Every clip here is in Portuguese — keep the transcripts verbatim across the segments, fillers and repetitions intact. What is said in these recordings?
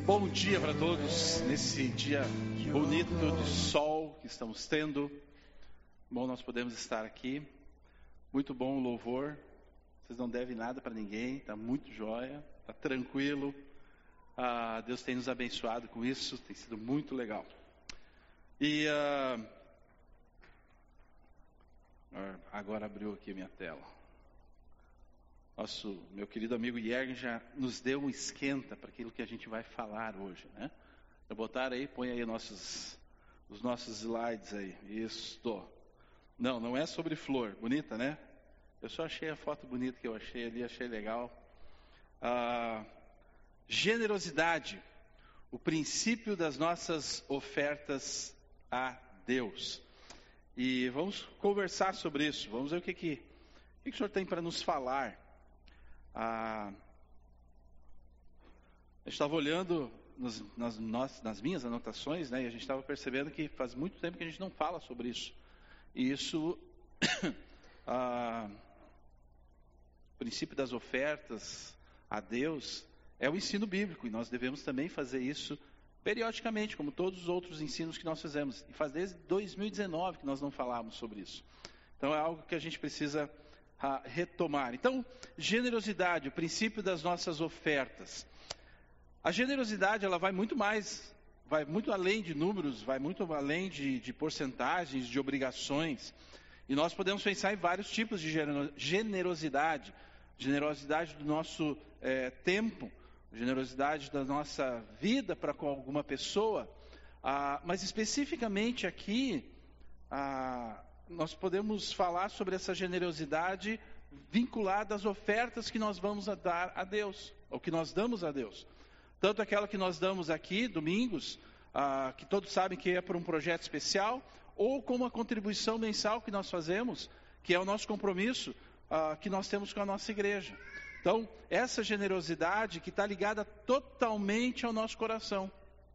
Bom dia para todos, nesse dia bonito de sol que estamos tendo. Bom, nós podemos estar aqui. Muito bom o louvor. Vocês não devem nada para ninguém, está muito jóia, está tranquilo. Ah, Deus tem nos abençoado com isso, tem sido muito legal. E ah, agora abriu aqui a minha tela. Nosso, meu querido amigo Yergen já nos deu um esquenta para aquilo que a gente vai falar hoje, né? Eu botar aí, põe aí nossos, os nossos slides aí. Isso. Não, não é sobre flor. Bonita, né? Eu só achei a foto bonita que eu achei ali, achei legal. Ah, generosidade, o princípio das nossas ofertas a Deus. E vamos conversar sobre isso. Vamos ver o que, que, o, que que o senhor tem para nos falar. Ah, eu estava olhando nos, nas, nas, nas minhas anotações, né, e a gente estava percebendo que faz muito tempo que a gente não fala sobre isso. E isso, ah, o princípio das ofertas a Deus é o ensino bíblico, e nós devemos também fazer isso periodicamente, como todos os outros ensinos que nós fizemos. E faz desde dois mil e dezenove que nós não falávamos sobre isso. Então é algo que a gente precisa a retomar. Então, generosidade, o princípio das nossas ofertas. A generosidade, ela vai muito mais, vai muito além de números, vai muito além de, de porcentagens, de obrigações. E nós podemos pensar em vários tipos de generosidade. Generosidade do nosso é, tempo, generosidade da nossa vida para com alguma pessoa. Ah, mas especificamente aqui, ah, nós podemos falar sobre essa generosidade vinculada às ofertas que nós vamos dar a Deus, ou que nós damos a Deus. Tanto aquela que nós damos aqui, domingos, ah, que todos sabem que é por um projeto especial, ou como a contribuição mensal que nós fazemos, que é o nosso compromisso ah, que nós temos com a nossa igreja. Então, essa generosidade que está ligada totalmente ao nosso coração.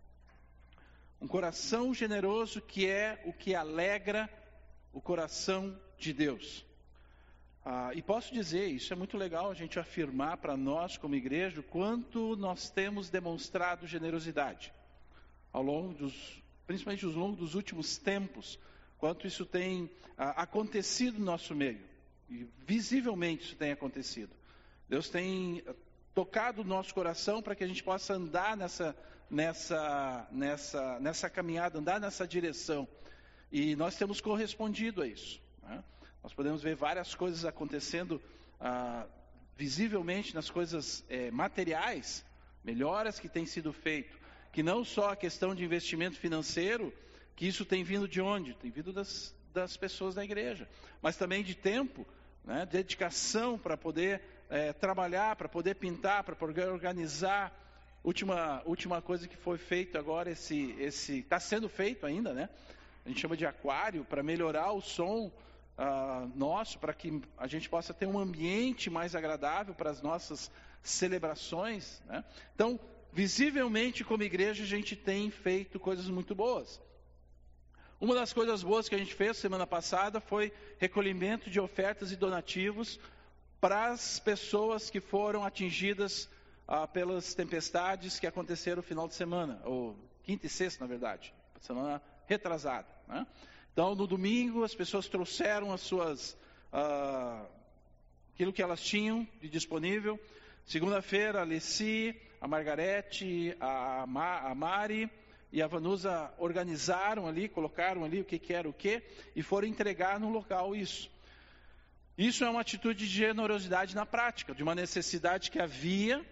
Um coração generoso que é o que alegra o coração de Deus. Ah, e posso dizer, isso é muito legal a gente afirmar para nós como igreja, o quanto nós temos demonstrado generosidade. Ao longo dos, principalmente ao longo dos últimos tempos, quanto isso tem ah, acontecido no nosso meio. E visivelmente isso tem acontecido. Deus tem tocado o nosso coração para que a gente possa andar nessa, nessa, nessa, nessa caminhada, andar nessa direção. E nós temos correspondido a isso, né? Nós podemos ver várias coisas acontecendo ah, visivelmente nas coisas eh, materiais, melhoras que têm sido feitas, que não só a questão de investimento financeiro, que isso tem vindo de onde? Tem vindo das, das pessoas da igreja, mas também de tempo, né? Dedicação para poder eh, trabalhar, para poder pintar, para poder organizar. Última, última coisa que foi feito agora, esse esse está sendo feito ainda, né? A gente chama de aquário, para melhorar o som uh, nosso, para que a gente possa ter um ambiente mais agradável para as nossas celebrações, né? Então, visivelmente, como igreja, a gente tem feito coisas muito boas. Uma das coisas boas que a gente fez semana passada foi recolhimento de ofertas e donativos para as pessoas que foram atingidas uh, pelas tempestades que aconteceram no final de semana, ou quinta e sexta, na verdade, semana retrasado, né? Então, no domingo, as pessoas trouxeram as suas, uh, aquilo que elas tinham de disponível. Segunda-feira, a Alessi, a Margarete, a, Ma, a Mari e a Vanusa organizaram ali, colocaram ali o que, que era o que, e foram entregar no local isso. Isso é uma atitude de generosidade na prática, de uma necessidade que havia,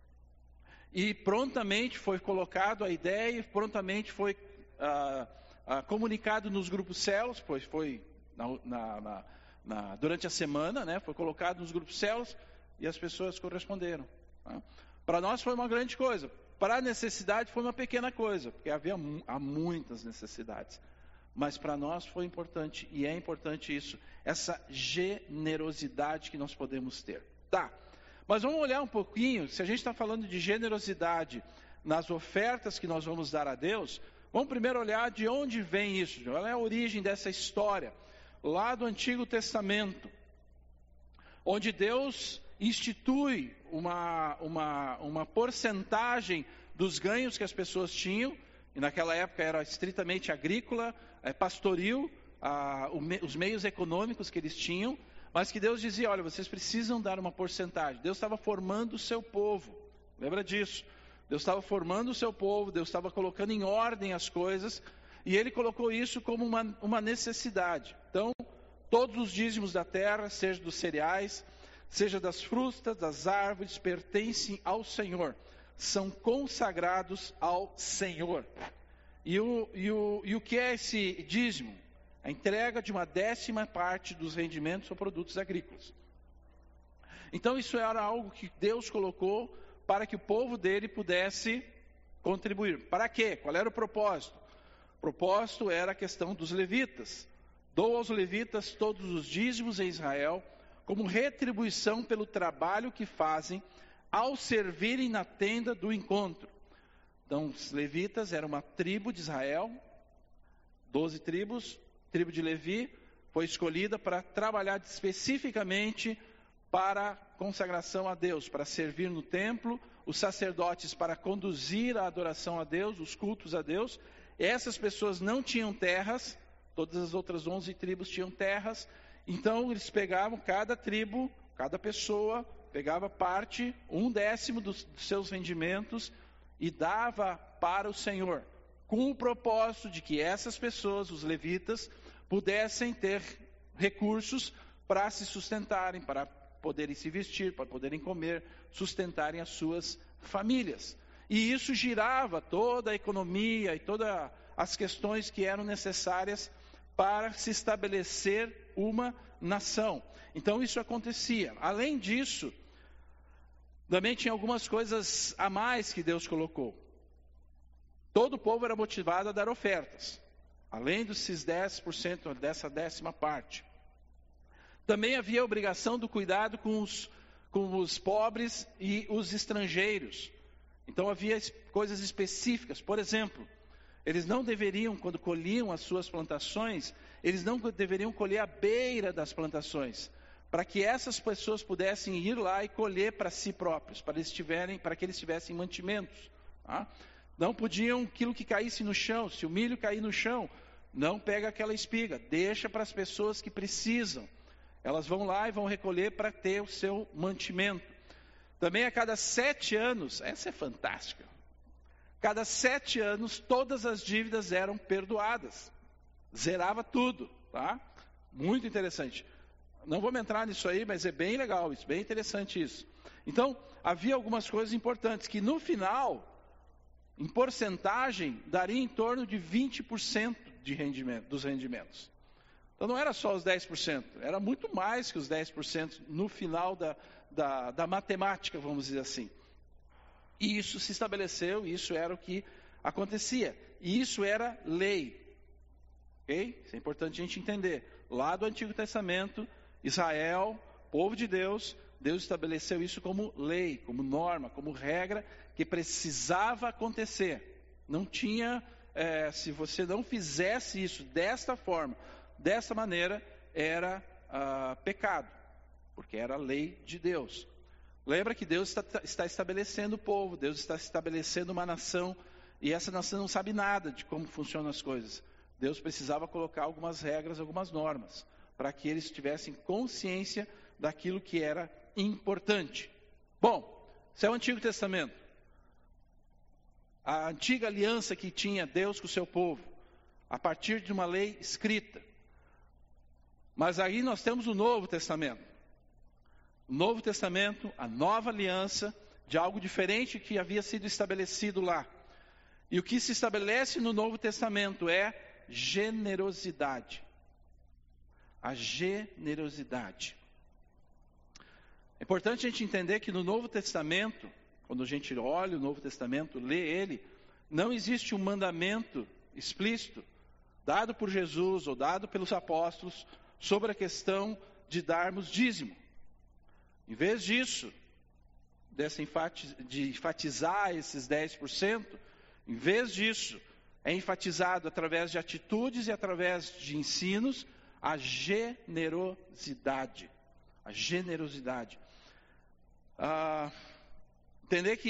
e prontamente foi colocado a ideia, e prontamente foi Uh, uh, comunicado nos grupos células, pois foi na, na, na, na, durante a semana, né, foi colocado nos grupos células e as pessoas corresponderam. Né? Para nós foi uma grande coisa, para a necessidade foi uma pequena coisa, porque havia há muitas necessidades, mas para nós foi importante, e é importante isso, essa generosidade que nós podemos ter. Tá, mas vamos olhar um pouquinho, se a gente está falando de generosidade nas ofertas que nós vamos dar a Deus, vamos primeiro olhar de onde vem isso, qual é a origem dessa história, lá do Antigo Testamento, onde Deus institui uma, uma, uma porcentagem dos ganhos que as pessoas tinham, e naquela época era estritamente agrícola, é, pastoril, a, o, os meios econômicos que eles tinham, mas que Deus dizia, olha, vocês precisam dar uma porcentagem. Deus estava formando o seu povo, lembra disso? Deus estava formando o seu povo, Deus estava colocando em ordem as coisas, e Ele colocou isso como uma, uma necessidade. Então, todos os dízimos da terra, seja dos cereais, seja das frutas, das árvores, pertencem ao Senhor. São consagrados ao Senhor. E o, e, o, e o que é esse dízimo? A entrega de uma décima parte dos rendimentos ou produtos agrícolas. Então isso era algo que Deus colocou para que o povo dele pudesse contribuir. Para quê? Qual era o propósito? O propósito era a questão dos levitas. Dou aos levitas todos os dízimos em Israel, como retribuição pelo trabalho que fazem ao servirem na tenda do encontro. Então, os levitas eram uma tribo de Israel, doze tribos, tribo de Levi, foi escolhida para trabalhar especificamente para consagração a Deus, para servir no templo, os sacerdotes para conduzir a adoração a Deus, os cultos a Deus. Essas pessoas não tinham terras, todas as outras onze tribos tinham terras, então eles pegavam cada tribo, cada pessoa, pegava parte, um décimo dos, dos seus rendimentos e dava para o Senhor, com o propósito de que essas pessoas, os levitas, pudessem ter recursos para se sustentarem, para poderem se vestir, para poderem comer, sustentarem as suas famílias. E isso girava toda a economia e todas as questões que eram necessárias para se estabelecer uma nação. Então isso acontecia. Além disso, também tinha algumas coisas a mais que Deus colocou. Todo o povo era motivado a dar ofertas, além desses dez por cento, dessa décima parte. Também havia a obrigação do cuidado com os, com os pobres e os estrangeiros. Então havia coisas específicas. Por exemplo, eles não deveriam, quando colhiam as suas plantações, eles não deveriam colher à beira das plantações, para que essas pessoas pudessem ir lá e colher para si próprios, para, eles tiverem, para que eles tivessem mantimentos. Tá? Não podiam, aquilo que caísse no chão, se o milho cair no chão, não pega aquela espiga, deixa para as pessoas que precisam. Elas vão lá e vão recolher para ter o seu mantimento. Também a cada sete anos, essa é fantástica, cada sete anos todas as dívidas eram perdoadas, zerava tudo, tá? Muito interessante. Não vou entrar nisso aí, mas é bem legal isso, bem interessante isso. Então, havia algumas coisas importantes, que no final, em porcentagem, daria em torno de vinte por cento de rendimento, dos rendimentos. Então não era só os dez por cento, era muito mais que os dez por cento no final da, da, da matemática, vamos dizer assim. E isso se estabeleceu, isso era o que acontecia. E isso era lei. Ok? Isso é importante a gente entender. Lá do Antigo Testamento, Israel, povo de Deus, Deus estabeleceu isso como lei, como norma, como regra, que precisava acontecer. Não tinha, é, se você não fizesse isso desta forma, dessa maneira, era ah, pecado, porque era a lei de Deus. Lembra que Deus está, está estabelecendo o povo, Deus está estabelecendo uma nação, e essa nação não sabe nada de como funcionam as coisas. Deus precisava colocar algumas regras, algumas normas, para que eles tivessem consciência daquilo que era importante. Bom, isso é o Antigo Testamento. A antiga aliança que tinha Deus com o seu povo, a partir de uma lei escrita. Mas aí nós temos o Novo Testamento. O Novo Testamento, a nova aliança, de algo diferente que havia sido estabelecido lá. E o que se estabelece no Novo Testamento é generosidade. A generosidade. É importante a gente entender que no Novo Testamento, quando a gente olha o Novo Testamento, lê ele, não existe um mandamento explícito dado por Jesus ou dado pelos apóstolos sobre a questão de darmos dízimo. Em vez disso, dessa enfatiz, de enfatizar esses dez por cento, em vez disso, é enfatizado através de atitudes e através de ensinos a generosidade. A generosidade. Ah, entender que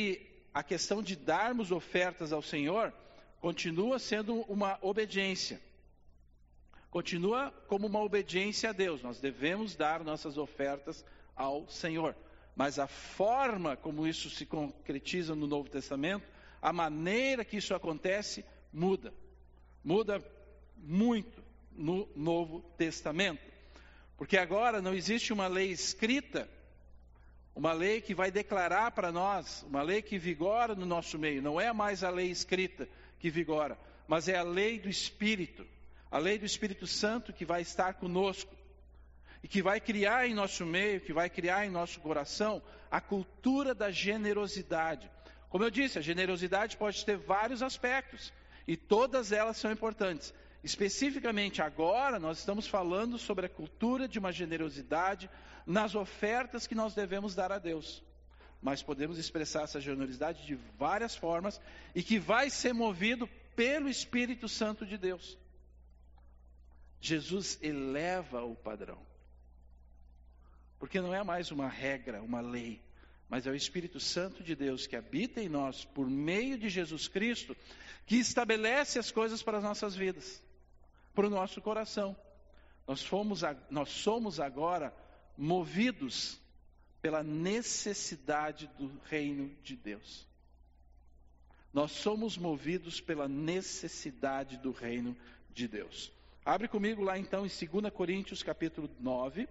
a questão de darmos ofertas ao Senhor continua sendo uma obediência. Continua como uma obediência a Deus. Nós devemos dar nossas ofertas ao Senhor. Mas a forma como isso se concretiza no Novo Testamento, a maneira que isso acontece, muda. Muda muito no Novo Testamento. Porque agora não existe uma lei escrita, uma lei que vai declarar para nós, uma lei que vigora no nosso meio. Não é mais a lei escrita que vigora, mas é a lei do Espírito. A lei do Espírito Santo que vai estar conosco. E que vai criar em nosso meio, que vai criar em nosso coração a cultura da generosidade. Como eu disse, a generosidade pode ter vários aspectos. E todas elas são importantes. Especificamente agora, nós estamos falando sobre a cultura de uma generosidade nas ofertas que nós devemos dar a Deus. Mas podemos expressar essa generosidade de várias formas e que vai ser movido pelo Espírito Santo de Deus. Jesus eleva o padrão. Porque não é mais uma regra, uma lei, mas é o Espírito Santo de Deus que habita em nós por meio de Jesus Cristo, que estabelece as coisas para as nossas vidas, para o nosso coração. Nós, fomos, nós somos agora movidos pela necessidade do reino de Deus. Nós somos movidos pela necessidade do reino de Deus. Abre comigo lá então em dois Coríntios capítulo nove.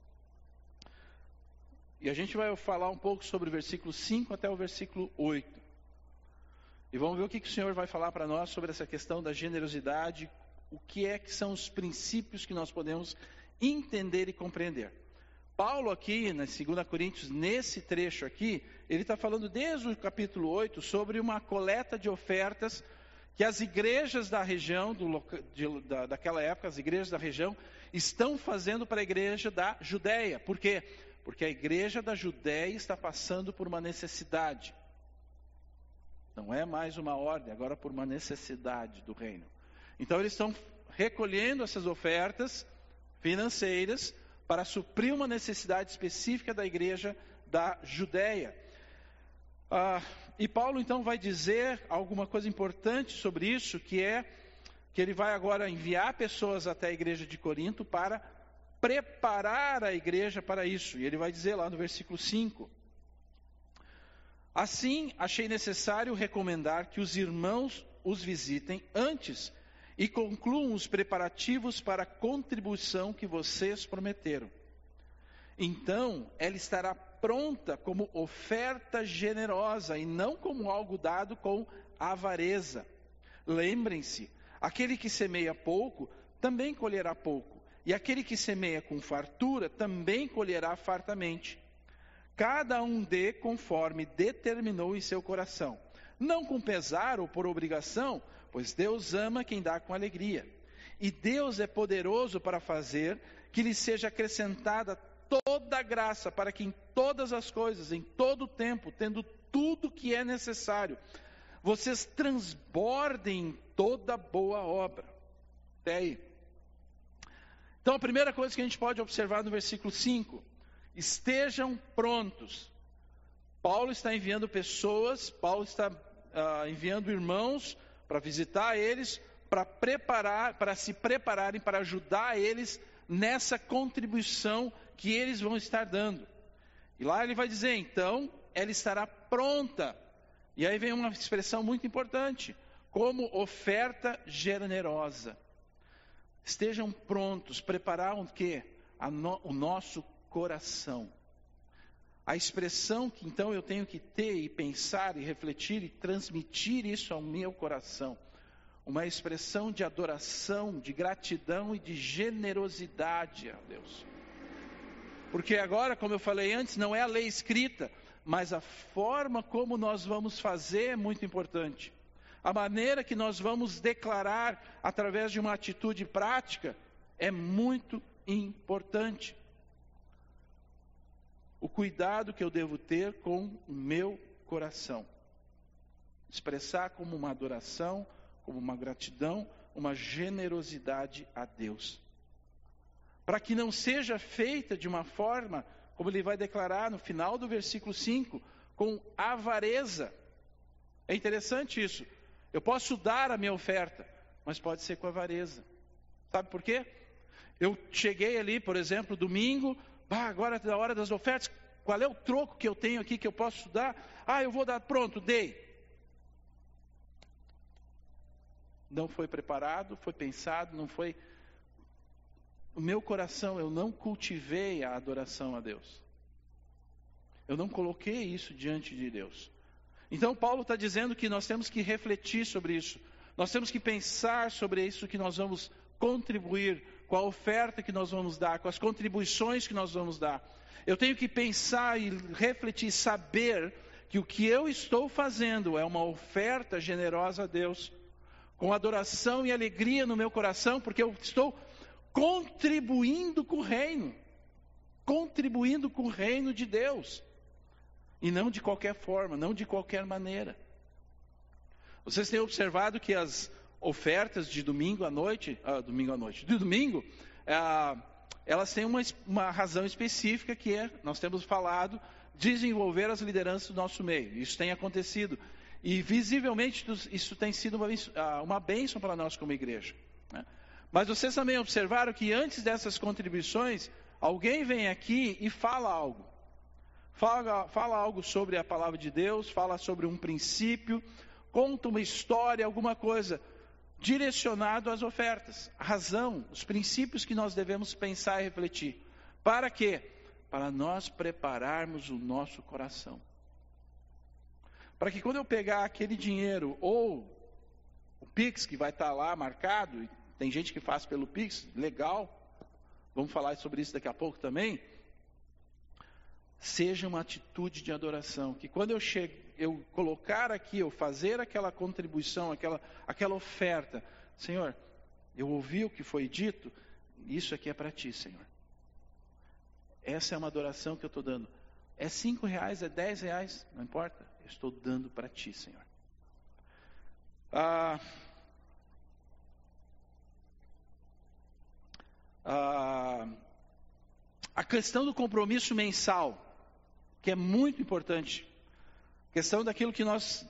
E a gente vai falar um pouco sobre o versículo cinco até o versículo oito. E vamos ver o que, que o Senhor vai falar para nós sobre essa questão da generosidade, o que é que são os princípios que nós podemos entender e compreender. Paulo aqui, na dois Coríntios, nesse trecho aqui, ele está falando desde o capítulo oito sobre uma coleta de ofertas que as igrejas da região, do, de, da, daquela época, as igrejas da região, estão fazendo para a igreja da Judéia. Por quê? Porque a igreja da Judéia está passando por uma necessidade. Não é mais uma ordem, agora por uma necessidade do reino. Então eles estão recolhendo essas ofertas financeiras para suprir uma necessidade específica da igreja da Judéia. Ah, e Paulo então vai dizer alguma coisa importante sobre isso, que é que ele vai agora enviar pessoas até a igreja de Corinto para preparar a igreja para isso. E ele vai dizer lá no versículo cinco. Assim, achei necessário recomendar que os irmãos os visitem antes e concluam os preparativos para a contribuição que vocês prometeram. Então, ela estará pronta como oferta generosa e não como algo dado com avareza. Lembrem-se, aquele que semeia pouco também colherá pouco. E aquele que semeia com fartura também colherá fartamente. Cada um dê conforme determinou em seu coração, não com pesar ou por obrigação, pois Deus ama quem dá com alegria. E Deus é poderoso para fazer que lhe seja acrescentada toda a graça, para que em todas as coisas, em todo o tempo, tendo tudo que é necessário, vocês transbordem em toda boa obra. Até aí. Então, a primeira coisa que a gente pode observar no versículo cinco, estejam prontos. Paulo está enviando pessoas, Paulo está uh, enviando irmãos para visitar eles, para preparar, para se prepararem, para ajudar eles nessa contribuição que eles vão estar dando. E lá ele vai dizer, então, ela estará pronta. E aí vem uma expressão muito importante, como oferta generosa. Estejam prontos, preparar o quê? A no, o nosso coração. A expressão que então eu tenho que ter e pensar e refletir e transmitir isso ao meu coração. Uma expressão de adoração, de gratidão e de generosidade a Deus. Porque agora, como eu falei antes, não é a lei escrita, mas a forma como nós vamos fazer é muito importante. A maneira que nós vamos declarar através de uma atitude prática é muito importante. O cuidado que eu devo ter com o meu coração. Expressar como uma adoração, como uma gratidão, uma generosidade a Deus. Para que não seja feita de uma forma, como ele vai declarar no final do versículo cinco, com avareza. É interessante isso. Eu posso dar a minha oferta, mas pode ser com avareza. Sabe por quê? Eu cheguei ali, por exemplo, domingo, bah, agora é a hora das ofertas, qual é o troco que eu tenho aqui que eu posso dar? Ah, eu vou dar, pronto, dei. Não foi preparado, foi pensado, não foi... O meu coração, eu não cultivei a adoração a Deus. Eu não coloquei isso diante de Deus. Então Paulo está dizendo que nós temos que refletir sobre isso. Nós temos que pensar sobre isso que nós vamos contribuir, com a oferta que nós vamos dar, com as contribuições que nós vamos dar. Eu tenho que pensar e refletir, saber que o que eu estou fazendo é uma oferta generosa a Deus, com adoração e alegria no meu coração, porque eu estou contribuindo com o reino, contribuindo com o reino de Deus, e não de qualquer forma, não de qualquer maneira. Vocês têm observado que as ofertas de domingo à noite, ah, domingo à noite, de domingo, ah, elas têm uma, uma razão específica que é, nós temos falado, desenvolver as lideranças do nosso meio. Isso tem acontecido. E visivelmente isso tem sido uma, uma bênção para nós como igreja, né? Mas vocês também observaram que antes dessas contribuições, alguém vem aqui e fala algo. Fala, fala algo sobre a palavra de Deus, fala sobre um princípio, conta uma história, alguma coisa direcionado às ofertas. A razão, os princípios que nós devemos pensar e refletir. Para quê? Para nós prepararmos o nosso coração. Para que quando eu pegar aquele dinheiro, ou o Pix que vai estar lá marcado, tem gente que faz pelo Pix, legal, vamos falar sobre isso daqui a pouco também, seja uma atitude de adoração, que quando eu, chego, eu colocar aqui, eu fazer aquela contribuição, aquela, aquela oferta, Senhor, eu ouvi o que foi dito, isso aqui é para Ti, Senhor. Essa é uma adoração que eu estou dando. É cinco reais, é dez reais, não importa, eu estou dando para Ti, Senhor. Ah... Ah, a questão do compromisso mensal, que é muito importante, a questão daquilo que nós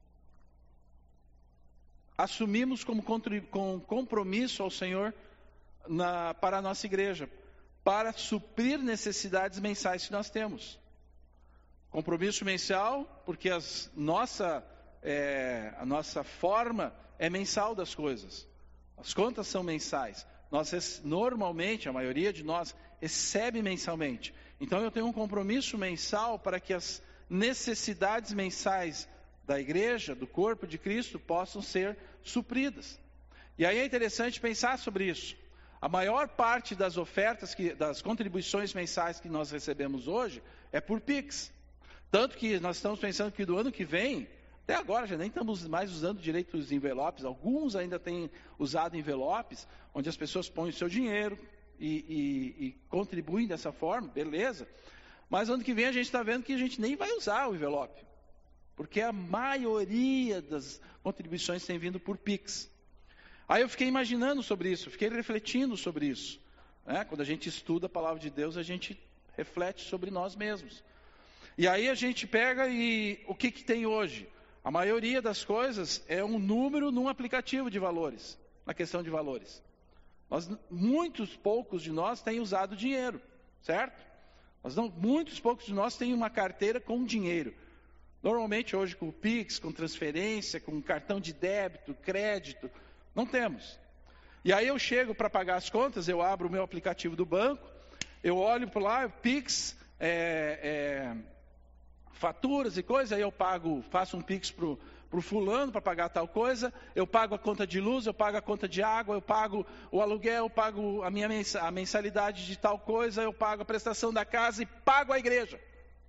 assumimos como com compromisso ao Senhor na, para a nossa igreja, para suprir necessidades mensais que nós temos. Compromisso mensal, porque as, nossa, é, a nossa forma é mensal das coisas, as contas são mensais. Nós, normalmente, a maioria de nós, recebe mensalmente. Então, eu tenho um compromisso mensal para que as necessidades mensais da igreja, do corpo de Cristo, possam ser supridas. E aí é interessante pensar sobre isso. A maior parte das ofertas, que, das contribuições mensais que nós recebemos hoje, é por Pix. Tanto que nós estamos pensando que do ano que vem, até agora já nem estamos mais usando direito os envelopes, alguns ainda têm usado envelopes, onde as pessoas põem o seu dinheiro e, e, e contribuem dessa forma, beleza. Mas ano que vem a gente está vendo que a gente nem vai usar o envelope, porque a maioria das contribuições tem vindo por Pix. Aí eu fiquei imaginando sobre isso, fiquei refletindo sobre isso, né? Quando a gente estuda a palavra de Deus, a gente reflete sobre nós mesmos. E aí a gente pega e o que, que tem hoje? A maioria das coisas é um número num aplicativo de valores, na questão de valores. Nós, muitos poucos de nós têm usado dinheiro, certo? Nós não, muitos poucos de nós têm uma carteira com dinheiro. Normalmente hoje com o Pix, com transferência, com cartão de débito, crédito, não temos. E aí eu chego para pagar as contas, eu abro o meu aplicativo do banco, eu olho para lá, Pix, é... é faturas e coisas, aí eu pago, faço um Pix pro, pro fulano para pagar tal coisa, eu pago a conta de luz, eu pago a conta de água, eu pago o aluguel, eu pago a minha mensa, a mensalidade de tal coisa, eu pago a prestação da casa e pago a igreja.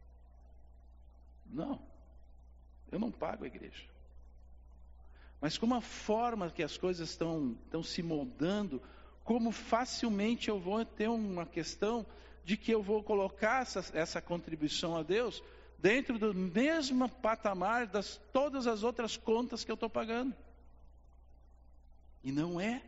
Não, eu não pago a igreja. Mas como a forma que as coisas estão, estão se moldando, como facilmente eu vou ter uma questão de que eu vou colocar essa, essa contribuição a Deus dentro do mesmo patamar das todas as outras contas que eu estou pagando. E não é.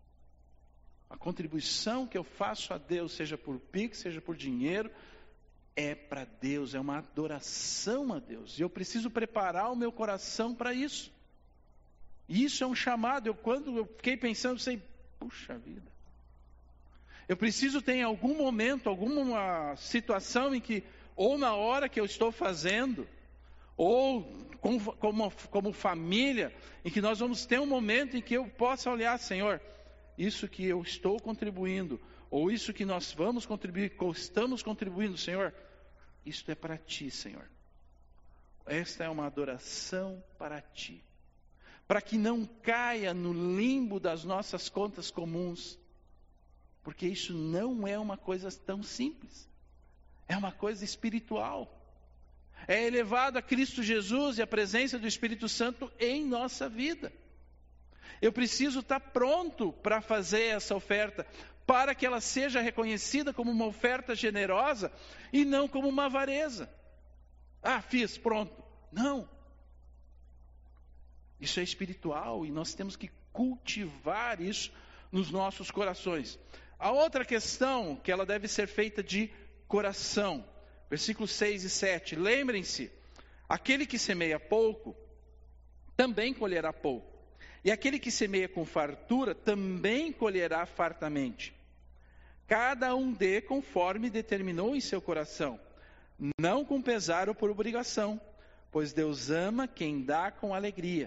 A contribuição que eu faço a Deus, seja por Pix, seja por dinheiro, é para Deus, é uma adoração a Deus. E eu preciso preparar o meu coração para isso. E isso é um chamado. Eu, quando eu fiquei pensando, sei, puxa vida. Eu preciso ter em algum momento, alguma situação em que, ou na hora que eu estou fazendo, ou como, como, como família, em que nós vamos ter um momento em que eu possa olhar, Senhor, isso que eu estou contribuindo, ou isso que nós vamos contribuir, ou estamos contribuindo, Senhor, isto é para Ti, Senhor. Esta é uma adoração para Ti. Para que não caia no limbo das nossas contas comuns. Porque isso não é uma coisa tão simples. É uma coisa espiritual. É elevado a Cristo Jesus e a presença do Espírito Santo em nossa vida. Eu preciso estar pronto para fazer essa oferta, para que ela seja reconhecida como uma oferta generosa e não como uma avareza. Ah, fiz, pronto. Não. Isso é espiritual e nós temos que cultivar isso nos nossos corações. A outra questão, que ela deve ser feita de coração. Versículos seis e sete. Lembrem-se, aquele que semeia pouco, também colherá pouco. E aquele que semeia com fartura, também colherá fartamente. Cada um dê conforme determinou em seu coração, não com pesar ou por obrigação, pois Deus ama quem dá com alegria.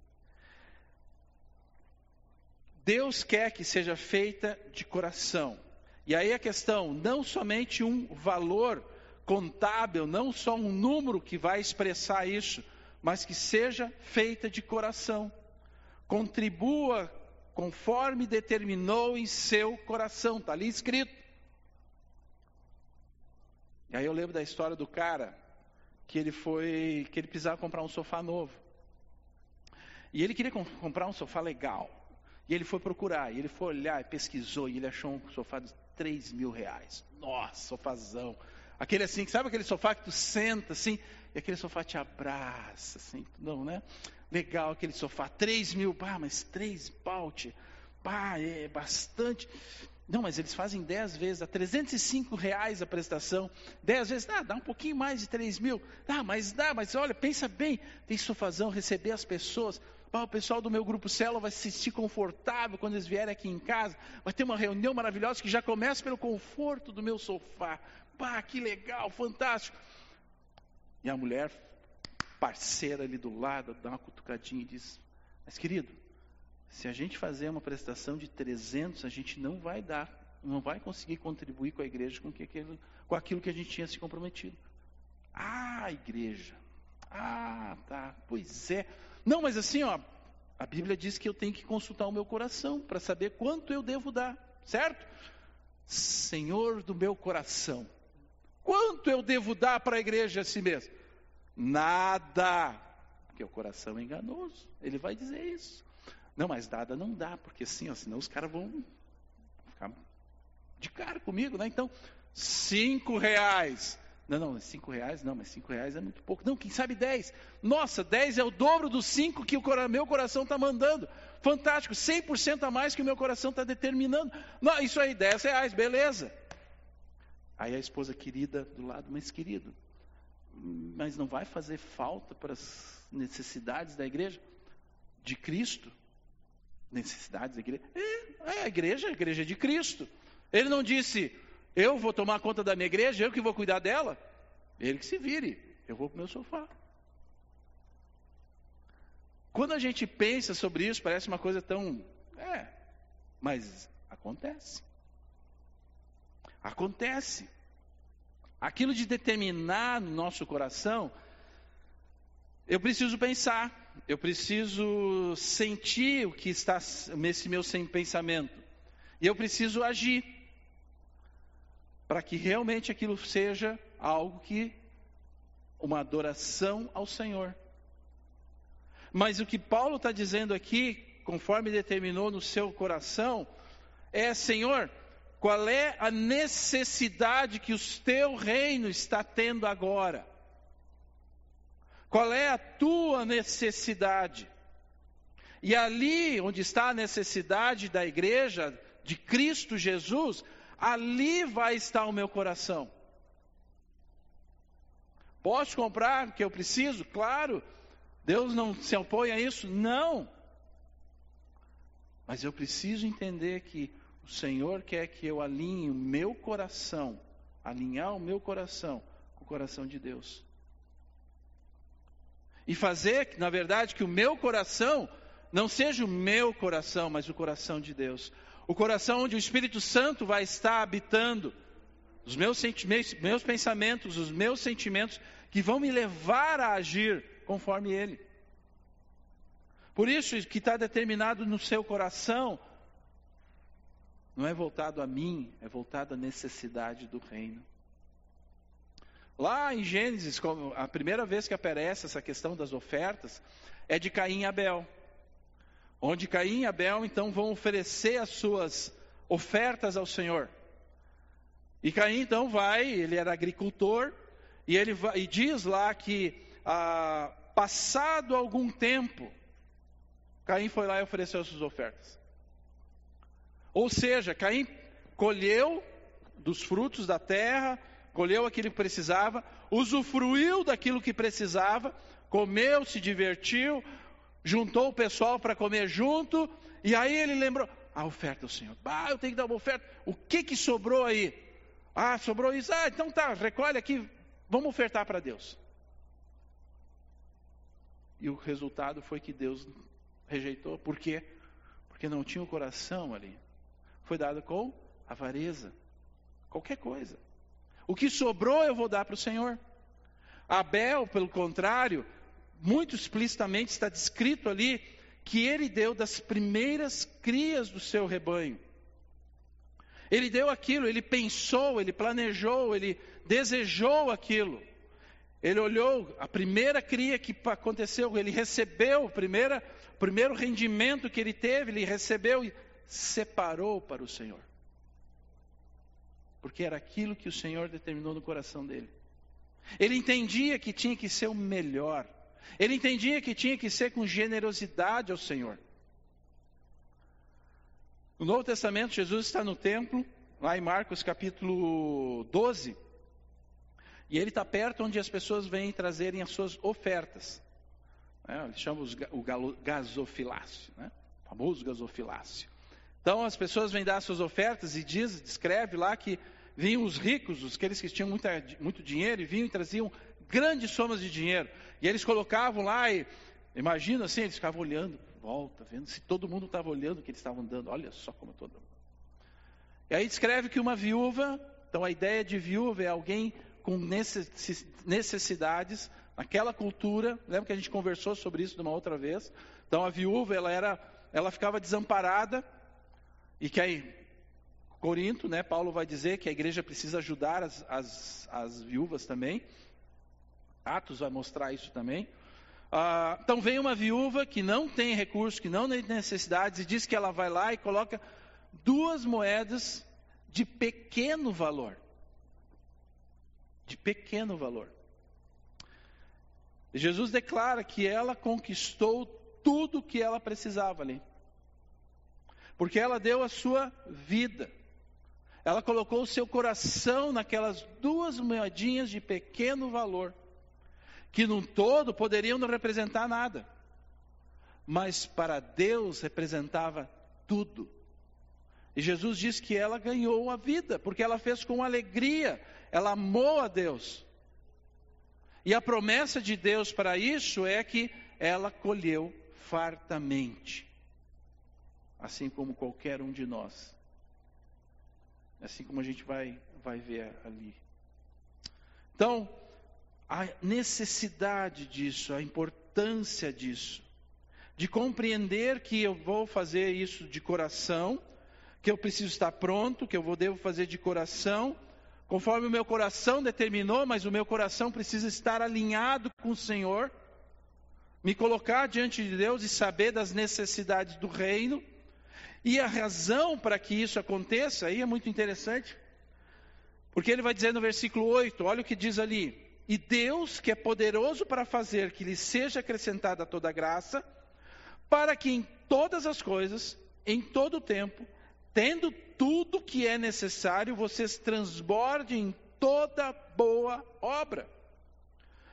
Deus quer que seja feita de coração. E aí a questão, não somente um valor contábil, não só um número que vai expressar isso, mas que seja feita de coração. Contribua conforme determinou em seu coração, está ali escrito. E aí eu lembro da história do cara, que ele foi, que ele precisava comprar um sofá novo. E ele queria comprar um sofá legal. E ele foi procurar, e ele foi olhar, e pesquisou, e ele achou um sofá de três mil reais. Nossa, sofazão. Aquele assim, sabe aquele sofá que tu senta assim, e aquele sofá te abraça, assim, não, né? Legal aquele sofá, três mil, pá, mas três paute, pá, é bastante. Não, mas eles fazem dez vezes, dá trezentos e cinco reais a prestação, dez vezes, ah, dá um pouquinho mais de três mil, ah, mas dá, mas olha, pensa bem, tem sofazão, receber as pessoas, ah, o pessoal do meu grupo Célula vai se sentir confortável quando eles vierem aqui em casa, vai ter uma reunião maravilhosa que já começa pelo conforto do meu sofá, pá, que legal, fantástico. E a mulher, parceira ali do lado, dá uma cutucadinha e diz, mas querido, se a gente fazer uma prestação de trezentos, a gente não vai dar, não vai conseguir contribuir com a igreja com, que aquilo, com aquilo que a gente tinha se comprometido. Ah, igreja, ah, tá, pois é. Não, mas assim, ó, a Bíblia diz que eu tenho que consultar o meu coração para saber quanto eu devo dar, certo? Senhor do meu coração, quanto eu devo dar para a igreja assim mesmo? Nada, porque o coração é enganoso, ele vai dizer isso. Não, mas nada não dá, porque assim, ó, senão os caras vão ficar de cara comigo, né? Então, cinco reais. Não, não, cinco reais, não, mas cinco reais é muito pouco. Não, quem sabe dez. Nossa, dez é o dobro dos cinco que o meu coração está mandando. Fantástico, cem por cento a mais que o meu coração está determinando. Não, isso aí, dez reais, beleza. Aí a esposa querida do lado, mas querido, mas não vai fazer falta para as necessidades da igreja? De Cristo? Necessidades da igreja? É, é a igreja, a igreja de Cristo. Ele não disse, eu vou tomar conta da minha igreja, eu que vou cuidar dela. Ele que se vire, eu vou para o meu sofá. Quando a gente pensa sobre isso, parece uma coisa tão... É, mas acontece. Acontece. Aquilo de determinar no nosso coração, eu preciso pensar, eu preciso sentir o que está nesse meu pensamento. E eu preciso agir. Para que realmente aquilo seja algo que, uma adoração ao Senhor. Mas o que Paulo está dizendo aqui, conforme determinou no seu coração, é, Senhor, qual é a necessidade que o teu reino está tendo agora? Qual é a tua necessidade? E ali onde está a necessidade da igreja, de Cristo Jesus, ali vai estar o meu coração. Posso comprar o que eu preciso? Claro. Deus não se opõe a isso? Não. Mas eu preciso entender que o Senhor quer que eu alinhe o meu coração, alinhar o meu coração com o coração de Deus. E fazer, na verdade, que o meu coração não seja o meu coração, mas o coração de Deus. O coração onde o Espírito Santo vai estar habitando. Os meus sentimentos, meus pensamentos, os meus sentimentos, que vão me levar a agir conforme Ele. Por isso, o que está determinado no seu coração, não é voltado a mim, é voltado à necessidade do reino. Lá em Gênesis, a primeira vez que aparece essa questão das ofertas, é de Caim e Abel. Onde Caim e Abel, então, vão oferecer as suas ofertas ao Senhor. E Caim, então, vai, ele era agricultor, e ele vai, e diz lá que, ah, passado algum tempo, Caim foi lá e ofereceu as suas ofertas. Ou seja, Caim colheu dos frutos da terra, colheu aquilo que precisava, usufruiu daquilo que precisava, comeu, se divertiu, juntou o pessoal para comer junto, e aí ele lembrou, a oferta do Senhor, ah, eu tenho que dar uma oferta, o que que sobrou aí? Ah, sobrou isso, ah, então tá, recolhe aqui, vamos ofertar para Deus. E o resultado foi que Deus rejeitou, por quê? Porque não tinha o coração ali, foi dado com avareza, qualquer coisa. O que sobrou eu vou dar para o Senhor. Abel, pelo contrário, muito explicitamente está descrito ali que ele deu das primeiras crias do seu rebanho. Ele deu aquilo, ele pensou, ele planejou, ele desejou aquilo. Ele olhou a primeira cria que aconteceu, ele recebeu o primeiro, primeiro rendimento que ele teve, ele recebeu e separou para o Senhor. Porque era aquilo que o Senhor determinou no coração dele. Ele entendia que tinha que ser o melhor. Ele entendia que tinha que ser com generosidade ao Senhor. No Novo Testamento, Jesus está no templo, lá em Marcos capítulo doze. E ele está perto onde as pessoas vêm trazerem as suas ofertas. É, ele chama os, o gasofilácio, né? O famoso gasofilácio. Então as pessoas vêm dar suas ofertas e diz, descreve lá que vinham os ricos, aqueles que tinham muita, muito dinheiro, e vinham e traziam grandes somas de dinheiro. E eles colocavam lá e, imagina assim, eles ficavam olhando, volta, vendo se todo mundo estava olhando o que eles estavam dando. Olha só como eu estou dando. E aí descreve que uma viúva, então a ideia de viúva é alguém com necessidades, naquela cultura, lembra que a gente conversou sobre isso de uma outra vez? Então a viúva, ela, era, ela ficava desamparada, e que aí, Corinto, né, Paulo vai dizer que a igreja precisa ajudar as, as, as viúvas também. Atos vai mostrar isso também. Ah, então vem uma viúva que não tem recursos, que não tem necessidades, e diz que ela vai lá e coloca duas moedas de pequeno valor. De pequeno valor. E Jesus declara que ela conquistou tudo o que ela precisava ali. Porque ela deu a sua vida. Ela colocou o seu coração naquelas duas moedinhas de pequeno valor, que num todo poderiam não representar nada, mas para Deus representava tudo. E Jesus diz que ela ganhou a vida, porque ela fez com alegria, ela amou a Deus. E a promessa de Deus para isso é que ela colheu fartamente, assim como qualquer um de nós. Assim como a gente vai, vai ver ali. Então, a necessidade disso, a importância disso, de compreender que eu vou fazer isso de coração, que eu preciso estar pronto, que eu vou, devo fazer de coração, conforme o meu coração determinou, mas o meu coração precisa estar alinhado com o Senhor, me colocar diante de Deus e saber das necessidades do reino. E a razão para que isso aconteça, aí é muito interessante, porque ele vai dizer no versículo oito, olha o que diz ali: e Deus, que é poderoso para fazer que lhe seja acrescentada toda graça, para que em todas as coisas, em todo o tempo, tendo tudo que é necessário, vocês transbordem em toda boa obra.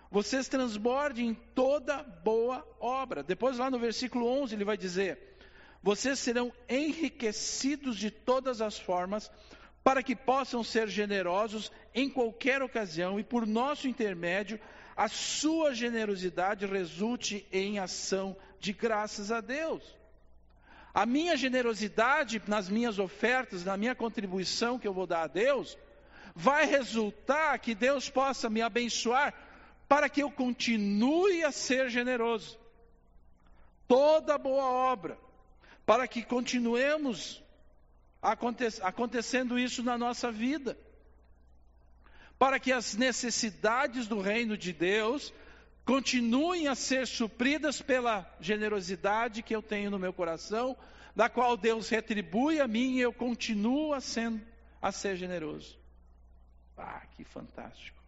vocês transbordem em toda boa obra. Depois lá no versículo onze ele vai dizer: vocês serão enriquecidos de todas as formas, para que possam ser generosos em qualquer ocasião, e por nosso intermédio, a sua generosidade resulte em ação de graças a Deus. A minha generosidade nas minhas ofertas, na minha contribuição que eu vou dar a Deus, vai resultar que Deus possa me abençoar para que eu continue a ser generoso. Toda boa obra, para que continuemos aconte- acontecendo isso na nossa vida. Para que as necessidades do reino de Deus continuem a ser supridas pela generosidade que eu tenho no meu coração, da qual Deus retribui a mim e eu continuo a, sendo, a ser generoso. Ah, que fantástico.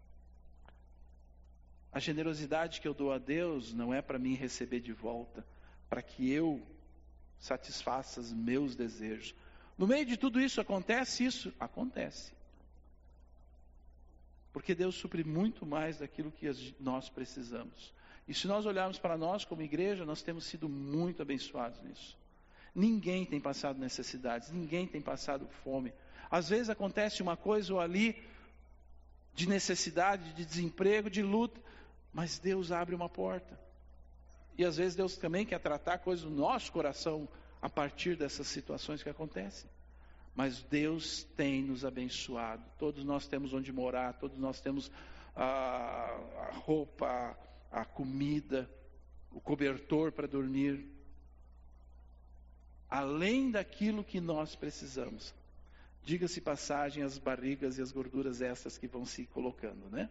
A generosidade que eu dou a Deus não é para mim receber de volta, para que eu satisfaça os meus desejos. No meio de tudo isso, acontece isso? Acontece. Porque Deus supre muito mais daquilo que nós precisamos. E se nós olharmos para nós como igreja, nós temos sido muito abençoados nisso. Ninguém tem passado necessidades, ninguém tem passado fome. Às vezes acontece uma coisa ou ali de necessidade, de desemprego, de luta, mas Deus abre uma porta. E às vezes Deus também quer tratar coisas do nosso coração a partir dessas situações que acontecem. Mas Deus tem nos abençoado. Todos nós temos onde morar, todos nós temos a, a roupa, a, a comida, o cobertor para dormir. Além daquilo que nós precisamos. Diga-se passagem, as barrigas e as gorduras essas que vão se colocando, né?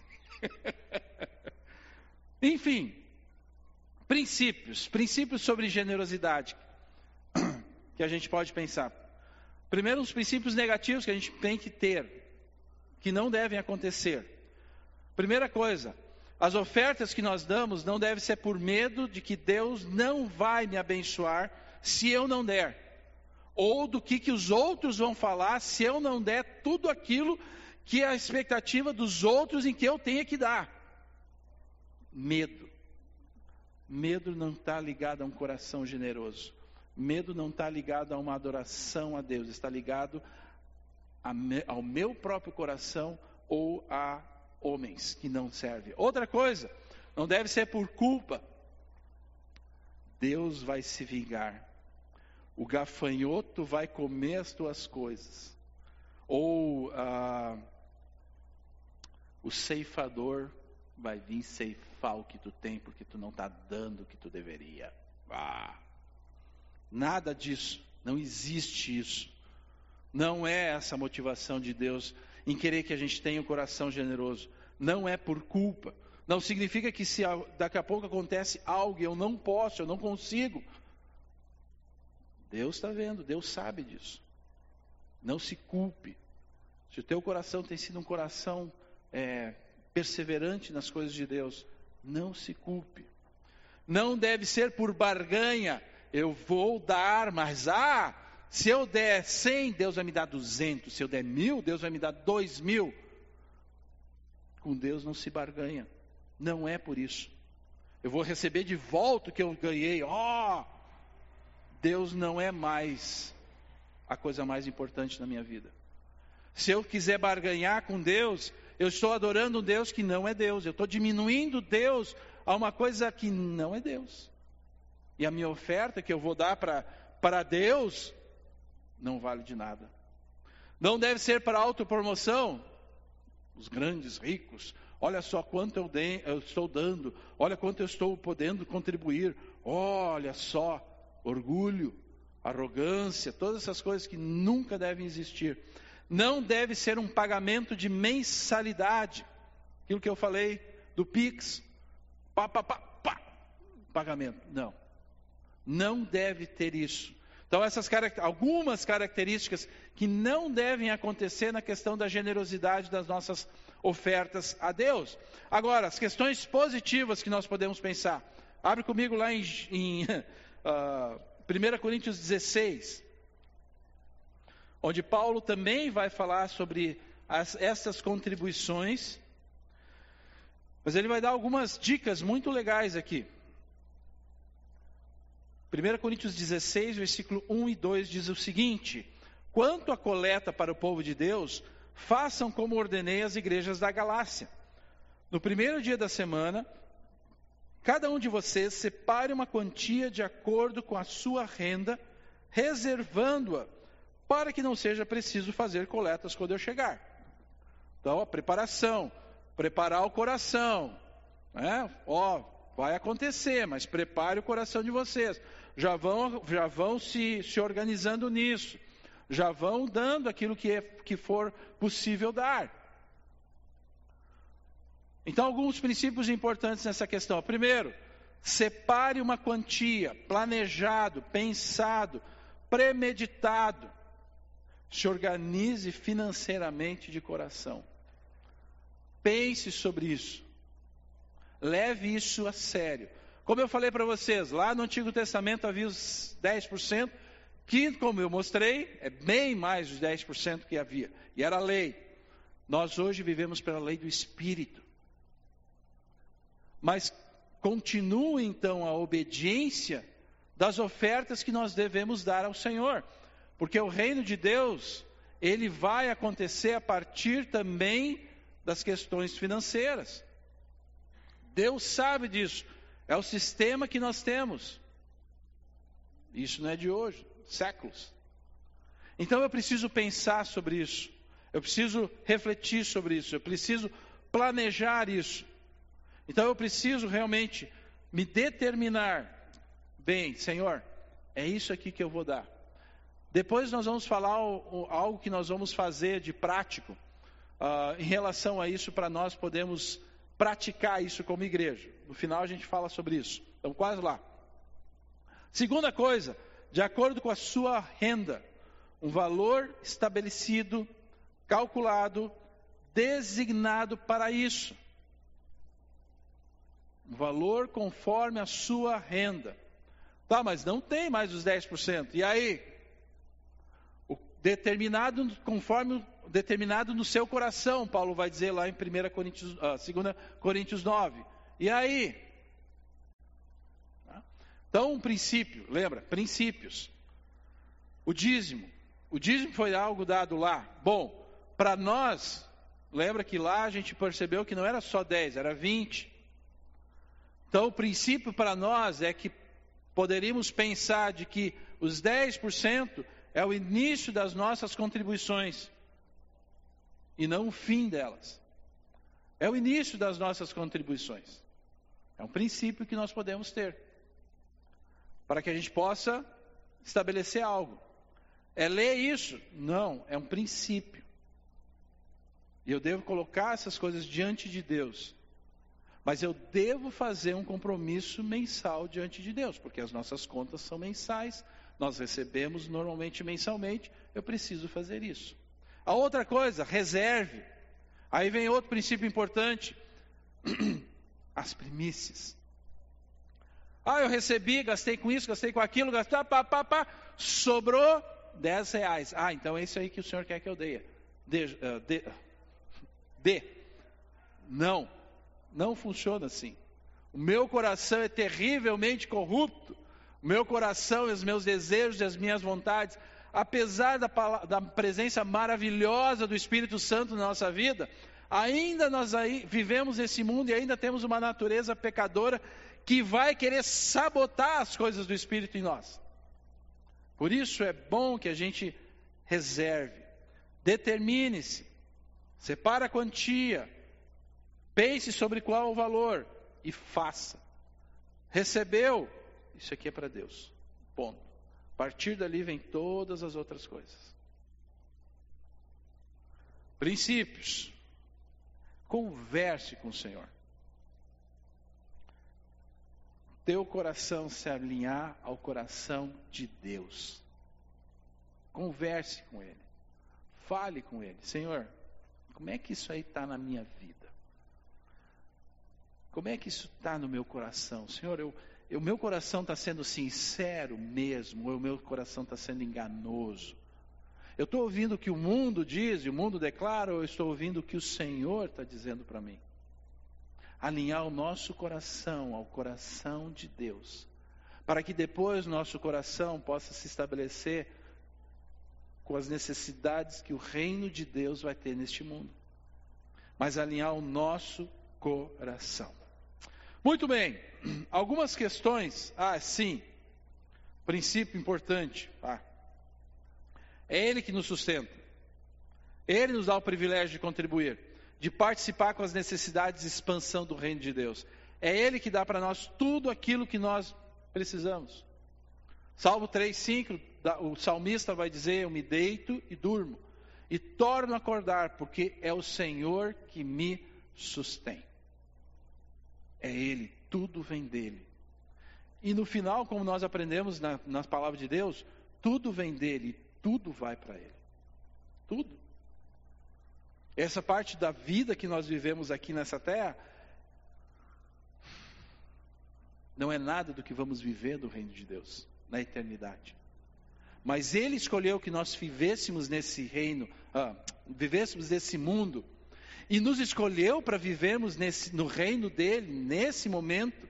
Enfim, princípios, princípios sobre generosidade que a gente pode pensar. Primeiro, os princípios negativos que a gente tem que ter, que não devem acontecer. Primeira coisa, as ofertas que nós damos não devem ser por medo de que Deus não vai me abençoar se eu não der. Ou do que, que os outros vão falar se eu não der tudo aquilo que é a expectativa dos outros em que eu tenha que dar. Medo. Medo não está ligado a um coração generoso. Medo não está ligado a uma adoração a Deus, está ligado a me, ao meu próprio coração ou a homens que não servem. Outra coisa, não deve ser por culpa. Deus vai se vingar. O gafanhoto vai comer as tuas coisas. Ou ah, o ceifador vai vir ceifar o que tu tem porque tu não está dando o que tu deveria. Ah. Nada disso, não existe isso. Não é essa a motivação de Deus em querer que a gente tenha um coração generoso. Não é por culpa. Não significa que se daqui a pouco acontece algo e eu não posso, eu não consigo. Deus está vendo, Deus sabe disso. Não se culpe. Se o teu coração tem sido um coração é, perseverante nas coisas de Deus, não se culpe. Não deve ser por barganha. Eu vou dar, mas ah, se eu der cem, Deus vai me dar duzentos. Se eu der mil, Deus vai me dar dois mil. Com Deus não se barganha. Não é por isso. Eu vou receber de volta o que eu ganhei. Oh, Deus não é mais a coisa mais importante na minha vida. Se eu quiser barganhar com Deus, eu estou adorando um Deus que não é Deus. Eu estou diminuindo Deus a uma coisa que não é Deus. E a minha oferta que eu vou dar para Deus não vale de nada. Não deve ser para autopromoção. Os grandes ricos, olha só quanto eu, de, eu estou dando, olha quanto eu estou podendo contribuir. Olha só, orgulho, arrogância, todas essas coisas que nunca devem existir. Não deve ser um pagamento de mensalidade. Aquilo que eu falei do Pix, pá, pá, pá, pá, pagamento. Não. Não deve ter isso. Então, essas algumas características que não devem acontecer na questão da generosidade das nossas ofertas a Deus. Agora, as questões positivas que nós podemos pensar. Abre comigo lá em, em uh, primeira Coríntios dezesseis, onde Paulo também vai falar sobre as, essas contribuições. Mas ele vai dar algumas dicas muito legais aqui. primeira Coríntios dezesseis, versículo um e dois diz o seguinte: quanto à coleta para o povo de Deus, façam como ordenei às igrejas da Galácia. No primeiro dia da semana, cada um de vocês separe uma quantia de acordo com a sua renda, reservando-a, para que não seja preciso fazer coletas quando eu chegar. Então, a preparação, preparar o coração, né? Ó, vai acontecer, mas prepare o coração de vocês. Já vão, já vão se, se organizando nisso. Já vão dando aquilo que, é, que for possível dar. Então, alguns princípios importantes nessa questão. Primeiro, separe uma quantia, planejado, pensado, premeditado. Se organize financeiramente de coração. Pense sobre isso. Leve isso a sério. Como eu falei para vocês, lá no Antigo Testamento havia os dez por cento, que, como eu mostrei, é bem mais dos dez por cento que havia. E era a lei. Nós hoje vivemos pela lei do Espírito. Mas continua então a obediência das ofertas que nós devemos dar ao Senhor. Porque o reino de Deus, ele vai acontecer a partir também das questões financeiras. Deus sabe disso. É o sistema que nós temos. Isso não é de hoje, séculos. Então eu preciso pensar sobre isso. Eu preciso refletir sobre isso. Eu preciso planejar isso. Então eu preciso realmente me determinar. Bem, Senhor, é isso aqui que eu vou dar. Depois nós vamos falar o, o, algo que nós vamos fazer de prático. Uh, em relação a isso, para nós podermos praticar isso como igreja. No final a gente fala sobre isso. Então quase lá. Segunda coisa, de acordo com a sua renda, um valor estabelecido, calculado, designado para isso. Um valor conforme a sua renda. Tá, mas não tem mais os dez por cento. E aí? O determinado conforme determinado no seu coração, Paulo vai dizer lá em primeira Coríntios, uh, segunda Coríntios nove. E aí? Então, um princípio, lembra? Princípios. O dízimo. O dízimo foi algo dado lá. Bom, para nós, lembra que lá a gente percebeu que não era só dez, era vinte. Então, o princípio para nós é que poderíamos pensar de que os dez por cento é o início das nossas contribuições. E não o fim delas. É o início das nossas contribuições. É um princípio que nós podemos ter. Para que a gente possa estabelecer algo. É ler isso? Não, é um princípio. E eu devo colocar essas coisas diante de Deus. Mas eu devo fazer um compromisso mensal diante de Deus. Porque as nossas contas são mensais. Nós recebemos normalmente mensalmente. Eu preciso fazer isso. A outra coisa, reserve. Aí vem outro princípio importante. As primícias. Ah, eu recebi, gastei com isso, gastei com aquilo, gastei, pá, pá, pá, sobrou dez reais. Ah, então é isso aí que o Senhor quer que eu dê. Dê. Uh, dê, dê. Não, não funciona assim. O meu coração é terrivelmente corrupto. O meu coração e os meus desejos e as minhas vontades, apesar da, da presença maravilhosa do Espírito Santo na nossa vida, ainda nós aí vivemos nesse mundo e ainda temos uma natureza pecadora que vai querer sabotar as coisas do Espírito em nós. Por isso é bom que a gente reserve, determine-se, separe a quantia, pense sobre qual é o valor e faça. Recebeu, isso aqui é para Deus, ponto. A partir dali vem todas as outras coisas. Princípios. Converse com o Senhor. Teu coração se alinhar ao coração de Deus. Converse com Ele. Fale com Ele. Senhor, como é que isso aí está na minha vida? Como é que isso está no meu coração? Senhor, eu, o meu coração está sendo sincero mesmo, ou o meu coração está sendo enganoso? Eu estou ouvindo o que o mundo diz, e o mundo declara, ou eu estou ouvindo o que o Senhor está dizendo para mim? alinhar o nosso coração ao coração de Deus, para que depois nosso coração possa se estabelecer com as necessidades que o reino de Deus vai ter neste mundo. Mas alinhar o nosso coração. Muito bem, algumas questões. Ah, sim, princípio importante. Ah, é Ele que nos sustenta. Ele nos dá o privilégio de contribuir, de participar com as necessidades de expansão do reino de Deus. É Ele que dá para nós tudo aquilo que nós precisamos. Salmo três, cinco, o salmista vai dizer: eu me deito e durmo, e torno a acordar, porque é o Senhor que me sustém. É Ele, tudo vem dEle. E no final, como nós aprendemos na, nas palavras de Deus, tudo vem dEle, tudo vai para Ele. Tudo. Essa parte da vida que nós vivemos aqui nessa terra, não é nada do que vamos viver do reino de Deus, na eternidade. Mas Ele escolheu que nós vivêssemos nesse reino, ah, vivêssemos nesse mundo, e nos escolheu para vivermos nesse, no reino dEle, nesse momento,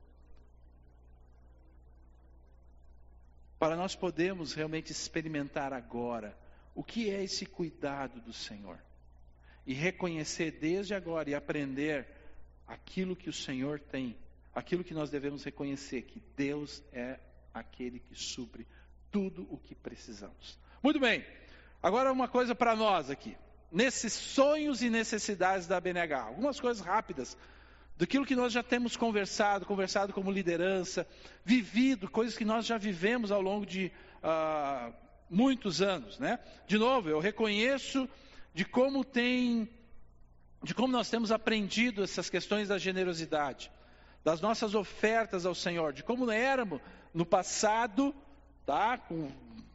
para nós podermos realmente experimentar agora o que é esse cuidado do Senhor. E reconhecer desde agora e aprender aquilo que o Senhor tem, aquilo que nós devemos reconhecer, que Deus é aquele que supre tudo o que precisamos. Muito bem, agora uma coisa para nós aqui, nesses sonhos e necessidades da A B N H, algumas coisas rápidas, daquilo que nós já temos conversado, conversado como liderança, vivido, coisas que nós já vivemos ao longo de uh, muitos anos, né? De novo, eu reconheço de como tem, de como nós temos aprendido essas questões da generosidade, das nossas ofertas ao Senhor, de como éramos no passado, tá? Com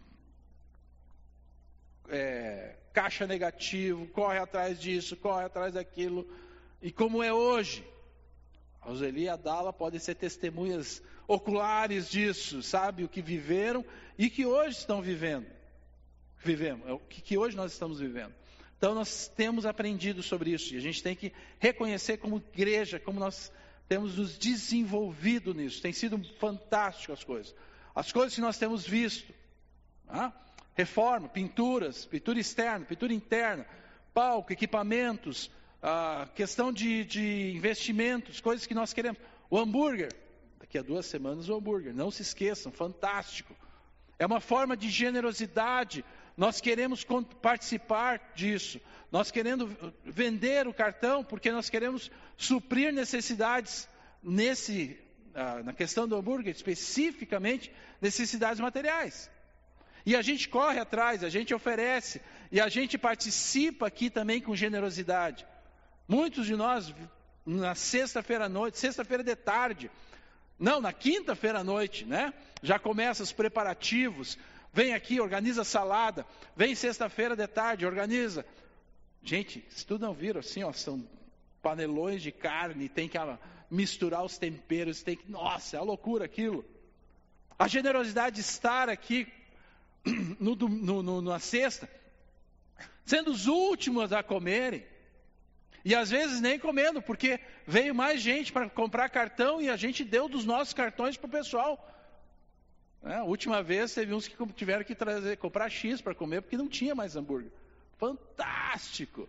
é, caixa negativo, corre atrás disso, corre atrás daquilo, e como é hoje. A Roseli e a Dala podem ser testemunhas oculares disso, sabe? O que viveram e que hoje estão vivendo. Vivemos, o que hoje nós estamos vivendo. Então nós temos aprendido sobre isso e a gente tem que reconhecer como igreja, como nós temos nos desenvolvido nisso. Tem sido fantástico as coisas. As coisas que nós temos visto. Tá? Reforma, pinturas, pintura externa, pintura interna, palco, equipamentos, a questão de, de investimentos, coisas que nós queremos. O hambúrguer, daqui a duas semanas o hambúrguer, não se esqueçam, fantástico. É uma forma de generosidade. Nós queremos participar disso. Nós queremos vender o cartão porque nós queremos suprir necessidades nesse, ah, na questão do hambúrguer, especificamente necessidades materiais. E a gente corre atrás, a gente oferece e a gente participa aqui também com generosidade. Muitos de nós, na sexta-feira à noite, sexta-feira de tarde, não, na quinta-feira à noite, né? Já começa os preparativos. Vem aqui, organiza salada. Vem sexta-feira de tarde, organiza. Gente, se tu não viram assim, ó, são panelões de carne, tem que misturar os temperos, tem que, nossa, é uma loucura aquilo. A generosidade de estar aqui no, no, no, na sexta, sendo os últimos a comerem. E às vezes nem comendo, porque veio mais gente para comprar cartão e a gente deu dos nossos cartões para o pessoal. É, a última vez teve uns que tiveram que trazer, comprar X para comer porque não tinha mais hambúrguer. Fantástico!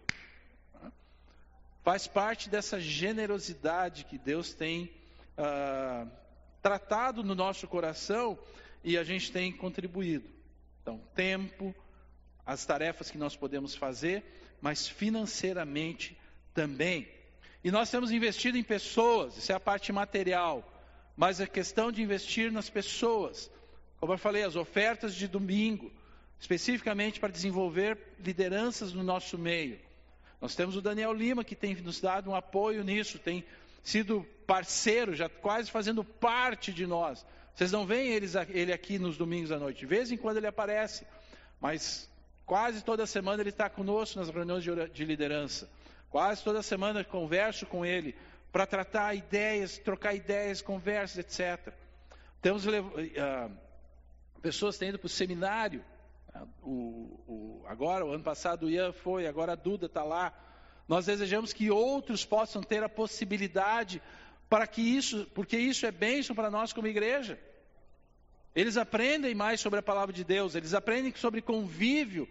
Faz parte dessa generosidade que Deus tem ah, tratado no nosso coração e a gente tem contribuído. Então, tempo, as tarefas que nós podemos fazer, mas financeiramente também. E nós temos investido em pessoas, isso é a parte material, mas a questão de investir nas pessoas. Como eu falei, as ofertas de domingo, especificamente para desenvolver lideranças no nosso meio. Nós temos o Daniel Lima, que tem nos dado um apoio nisso, tem sido parceiro, já quase fazendo parte de nós. Vocês não veem eles, ele aqui nos domingos à noite, de vez em quando ele aparece, mas quase toda semana ele está conosco nas reuniões de, de liderança. Quase toda semana eu converso com ele para tratar ideias, trocar ideias, conversas, etcétera. Temos uh, pessoas que têm ido para o seminário. O, o, agora, o ano passado o Ian foi, agora a Duda está lá. Nós desejamos que outros possam ter a possibilidade para que isso, porque isso é bênção para nós como igreja. Eles aprendem mais sobre a palavra de Deus, eles aprendem sobre convívio.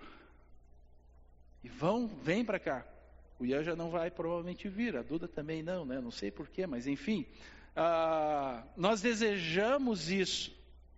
E vão, vem para cá. O Ian já não vai provavelmente vir, a Duda também não, né? Não sei porquê, mas enfim. Ah, nós desejamos isso.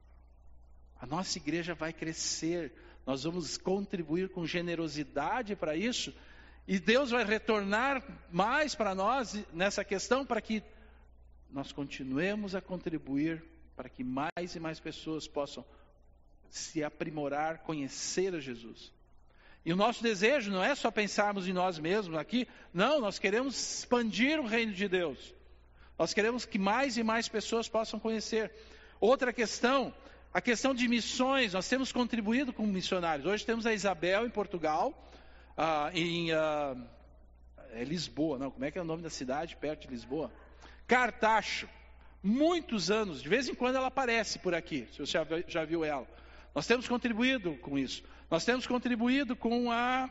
A nossa igreja vai crescer, nós vamos contribuir com generosidade para isso, e Deus vai retornar mais para nós nessa questão, para que nós continuemos a contribuir, para que mais e mais pessoas possam se aprimorar, conhecer a Jesus. E o nosso desejo não é só pensarmos em nós mesmos aqui, não, nós queremos expandir o reino de Deus. Nós queremos que mais e mais pessoas possam conhecer. Outra questão, a questão de missões, nós temos contribuído com missionários. Hoje temos a Isabel em Portugal, ah, em ah, é Lisboa, não, como é que é o nome da cidade perto de Lisboa? Cartacho. Muitos anos, de vez em quando ela aparece por aqui, se você já, já viu ela. Nós temos contribuído com isso. Nós temos contribuído com a...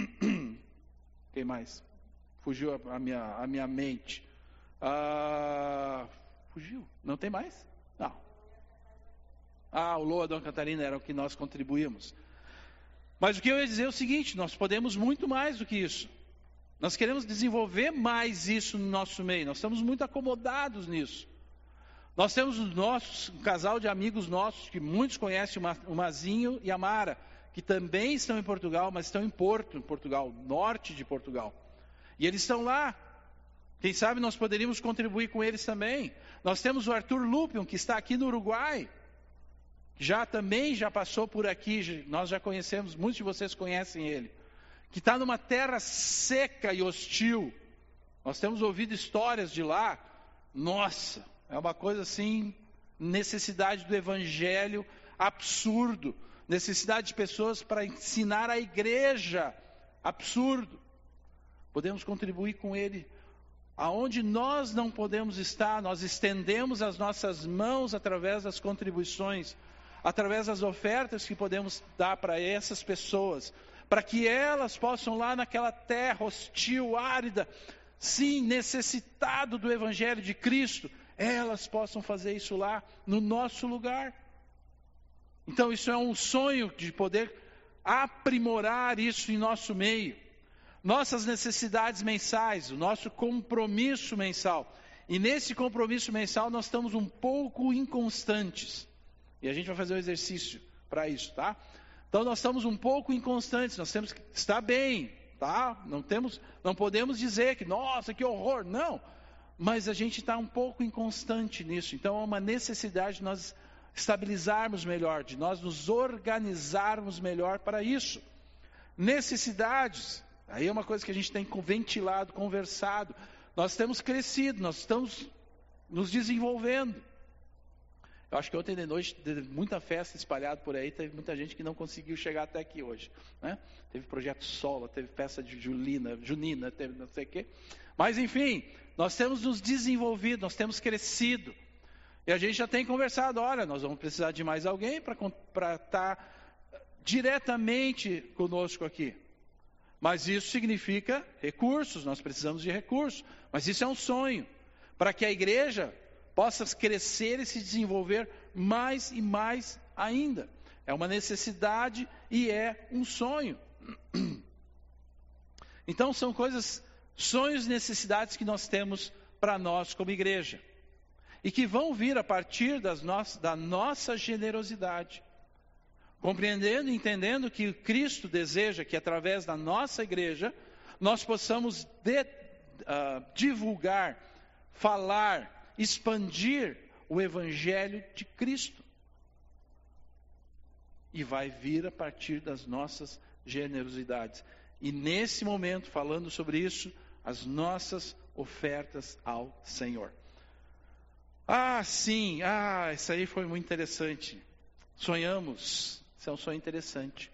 Quem mais? Fugiu a, a, minha, a minha mente. Ah, fugiu? Não tem mais? Não. Ah, o Loa Dona Catarina era o que nós contribuímos. Mas o que eu ia dizer é o seguinte, nós podemos muito mais do que isso. Nós queremos desenvolver mais isso no nosso meio. Nós estamos muito acomodados nisso. Nós temos os nossos, um casal de amigos nossos, que muitos conhecem, o Mazinho e a Mara, que também estão em Portugal, mas estão em Porto, em Portugal, norte de Portugal. E eles estão lá. Quem sabe nós poderíamos contribuir com eles também. Nós temos o Arthur Lupion, que está aqui no Uruguai. Já também já passou por aqui, nós já conhecemos, muitos de vocês conhecem ele. Que está numa terra seca e hostil. Nós temos ouvido histórias de lá. Nossa, é uma coisa assim, necessidade do evangelho absurdo. Necessidade de pessoas para ensinar a igreja, absurdo. Podemos contribuir com ele. Aonde nós não podemos estar, nós estendemos as nossas mãos através das contribuições, através das ofertas que podemos dar para essas pessoas, para que elas possam lá naquela terra hostil, árida, sim, necessitado do evangelho de Cristo, elas possam fazer isso lá no nosso lugar. Então isso é um sonho de poder aprimorar isso em nosso meio. Nossas necessidades mensais, o nosso compromisso mensal. E nesse compromisso mensal nós estamos um pouco inconstantes. E a gente vai fazer um exercício para isso, tá? Então nós estamos um pouco inconstantes, nós temos que estar bem, tá? Não temos, não podemos dizer que, nossa, que horror, não. Mas a gente está um pouco inconstante nisso. Então é uma necessidade de nós estabilizarmos melhor, de nós nos organizarmos melhor para isso. Necessidades, aí é uma coisa que a gente tem ventilado, conversado. Nós temos crescido, nós estamos nos desenvolvendo. Eu acho que ontem de noite teve muita festa espalhada por aí, teve muita gente que não conseguiu chegar até aqui hoje, né? Teve projeto solo, teve festa de Julina, Junina, teve não sei o quê. Mas enfim, nós temos nos desenvolvido, nós temos crescido. E a gente já tem conversado, olha, nós vamos precisar de mais alguém para estar diretamente conosco aqui. Mas isso significa recursos, nós precisamos de recursos. Mas isso é um sonho, para que a igreja possa crescer e se desenvolver mais e mais ainda. É uma necessidade e é um sonho. Então são coisas, sonhos e necessidades que nós temos para nós como igreja. E que vão vir a partir das no... da nossa generosidade. Compreendendo e entendendo que Cristo deseja que através da nossa igreja, nós possamos de... uh, divulgar, falar, expandir o Evangelho de Cristo. E vai vir a partir das nossas generosidades. E nesse momento, falando sobre isso, as nossas ofertas ao Senhor. Ah, sim, ah, isso aí foi muito interessante. Sonhamos, isso é um sonho interessante.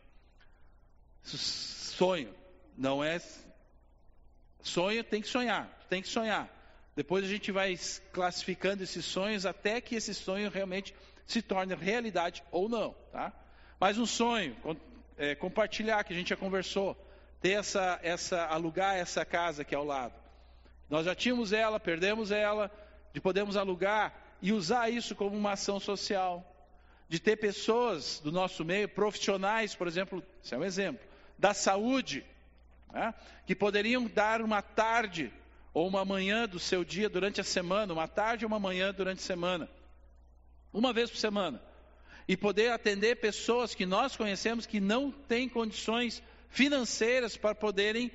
Sonho, não é... Sonho tem que sonhar, tem que sonhar. Depois a gente vai classificando esses sonhos até que esse sonho realmente se torne realidade ou não, tá? Mas um sonho, é, compartilhar, que a gente já conversou, ter essa, essa, alugar essa casa aqui ao lado. Nós já tínhamos ela, perdemos ela, de podermos alugar e usar isso como uma ação social. De ter pessoas do nosso meio, profissionais, por exemplo, esse é um exemplo, da saúde, né, que poderiam dar uma tarde ou uma manhã do seu dia durante a semana, uma tarde ou uma manhã durante a semana, uma vez por semana, e poder atender pessoas que nós conhecemos que não têm condições financeiras para poderem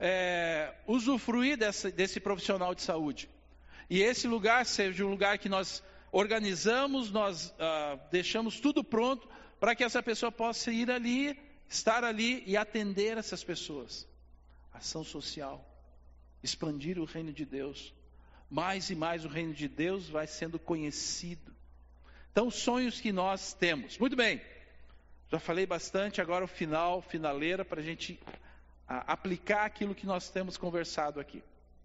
é, usufruir dessa, desse profissional de saúde. E esse lugar seja um lugar que nós organizamos, nós ah, deixamos tudo pronto para que essa pessoa possa ir ali, estar ali e atender essas pessoas. Ação social, expandir o reino de Deus. Mais e mais o reino de Deus vai sendo conhecido. Então, sonhos que nós temos. Muito bem, já falei bastante, agora o final, finaleira, para a gente a, aplicar aquilo que nós temos conversado aqui.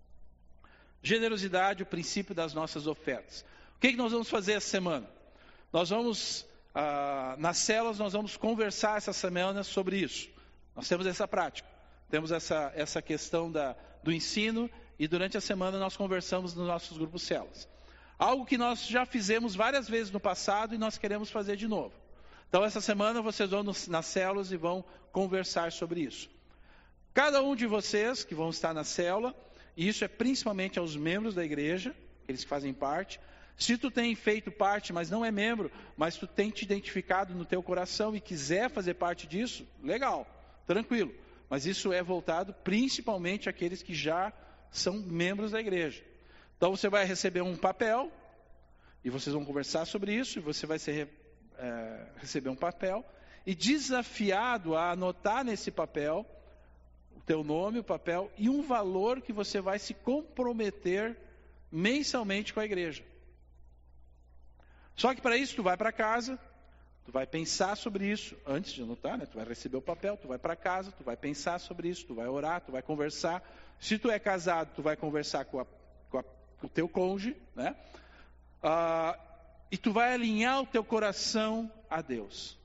Generosidade, o princípio das nossas ofertas. O que, que nós vamos fazer essa semana? Nós vamos, ah, nas células, nós vamos conversar essa semana sobre isso. Nós temos essa prática, temos essa, essa questão da, do ensino e durante a semana nós conversamos nos nossos grupos células. Algo que nós já fizemos várias vezes no passado e nós queremos fazer de novo. Então, essa semana vocês vão nos, nas células e vão conversar sobre isso. Cada um de vocês que vão estar na célula, e isso é principalmente aos membros da igreja, eles que fazem parte. Se tu tem feito parte, mas não é membro, mas tu tem te identificado no teu coração e quiser fazer parte disso, legal, tranquilo. Mas isso é voltado principalmente àqueles que já são membros da igreja. Então você vai receber um papel, e vocês vão conversar sobre isso, e você vai ser, é, receber um papel, e desafiado a anotar nesse papel o teu nome, o papel, e um valor que você vai se comprometer mensalmente com a igreja. Só que para isso tu vai para casa, tu vai pensar sobre isso, antes de anotar, né? Tu vai receber o papel, tu vai para casa, tu vai pensar sobre isso, tu vai orar, tu vai conversar. Se tu é casado, tu vai conversar com, a, com, a, com o teu cônjuge, né? Ah, e tu vai alinhar o teu coração a Deus.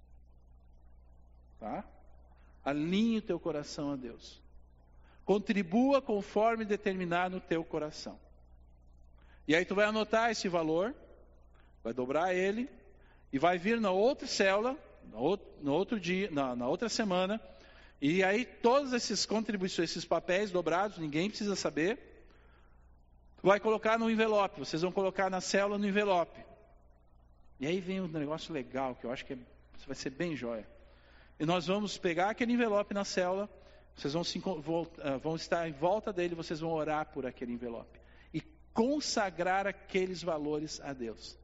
Tá? Alinhe o teu coração a Deus. Contribua conforme determinar no teu coração. E aí tu vai anotar esse valor, vai dobrar ele, e vai vir na outra célula, no outro, no outro dia, na, na outra semana, e aí todas essas contribuições, esses papéis dobrados, ninguém precisa saber, tu vai colocar no envelope, vocês vão colocar na célula no envelope. E aí vem um negócio legal, que eu acho que é, vai ser bem jóia. E nós vamos pegar aquele envelope na célula, vocês vão, se, vão estar em volta dele, vocês vão orar por aquele envelope. E consagrar aqueles valores a Deus.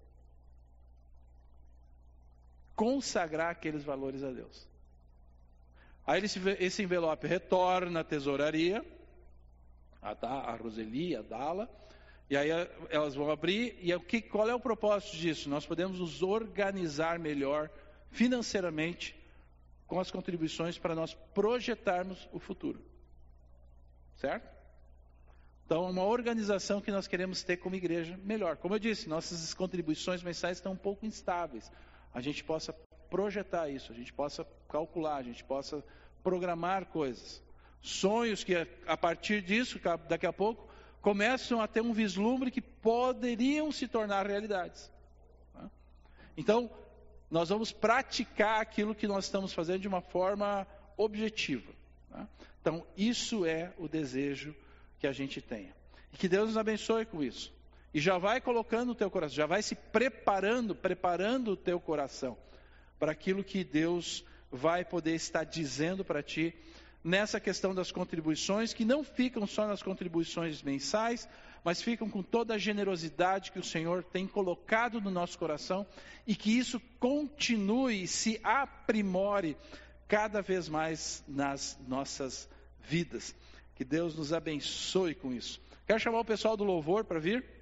Consagrar aqueles valores a Deus. Aí esse, esse envelope retorna à tesouraria, a, a Roseli, a Dala, e aí elas vão abrir, e o que, qual é o propósito disso? Nós podemos nos organizar melhor financeiramente com as contribuições para nós projetarmos o futuro. Certo? Então, uma organização que nós queremos ter como igreja melhor. Como eu disse, nossas contribuições mensais estão um pouco instáveis. A gente possa projetar isso, a gente possa calcular, a gente possa programar coisas. Sonhos que a partir disso, daqui a pouco, começam a ter um vislumbre que poderiam se tornar realidades. Então, nós vamos praticar aquilo que nós estamos fazendo de uma forma objetiva. Então, isso é o desejo que a gente tenha. E que Deus nos abençoe com isso. E já vai colocando no teu coração, já vai se preparando, preparando o teu coração para aquilo que Deus vai poder estar dizendo para ti nessa questão das contribuições, que não ficam só nas contribuições mensais, mas ficam com toda a generosidade que o Senhor tem colocado no nosso coração e que isso continue e se aprimore cada vez mais nas nossas vidas. Que Deus nos abençoe com isso. Quero chamar o pessoal do louvor para vir.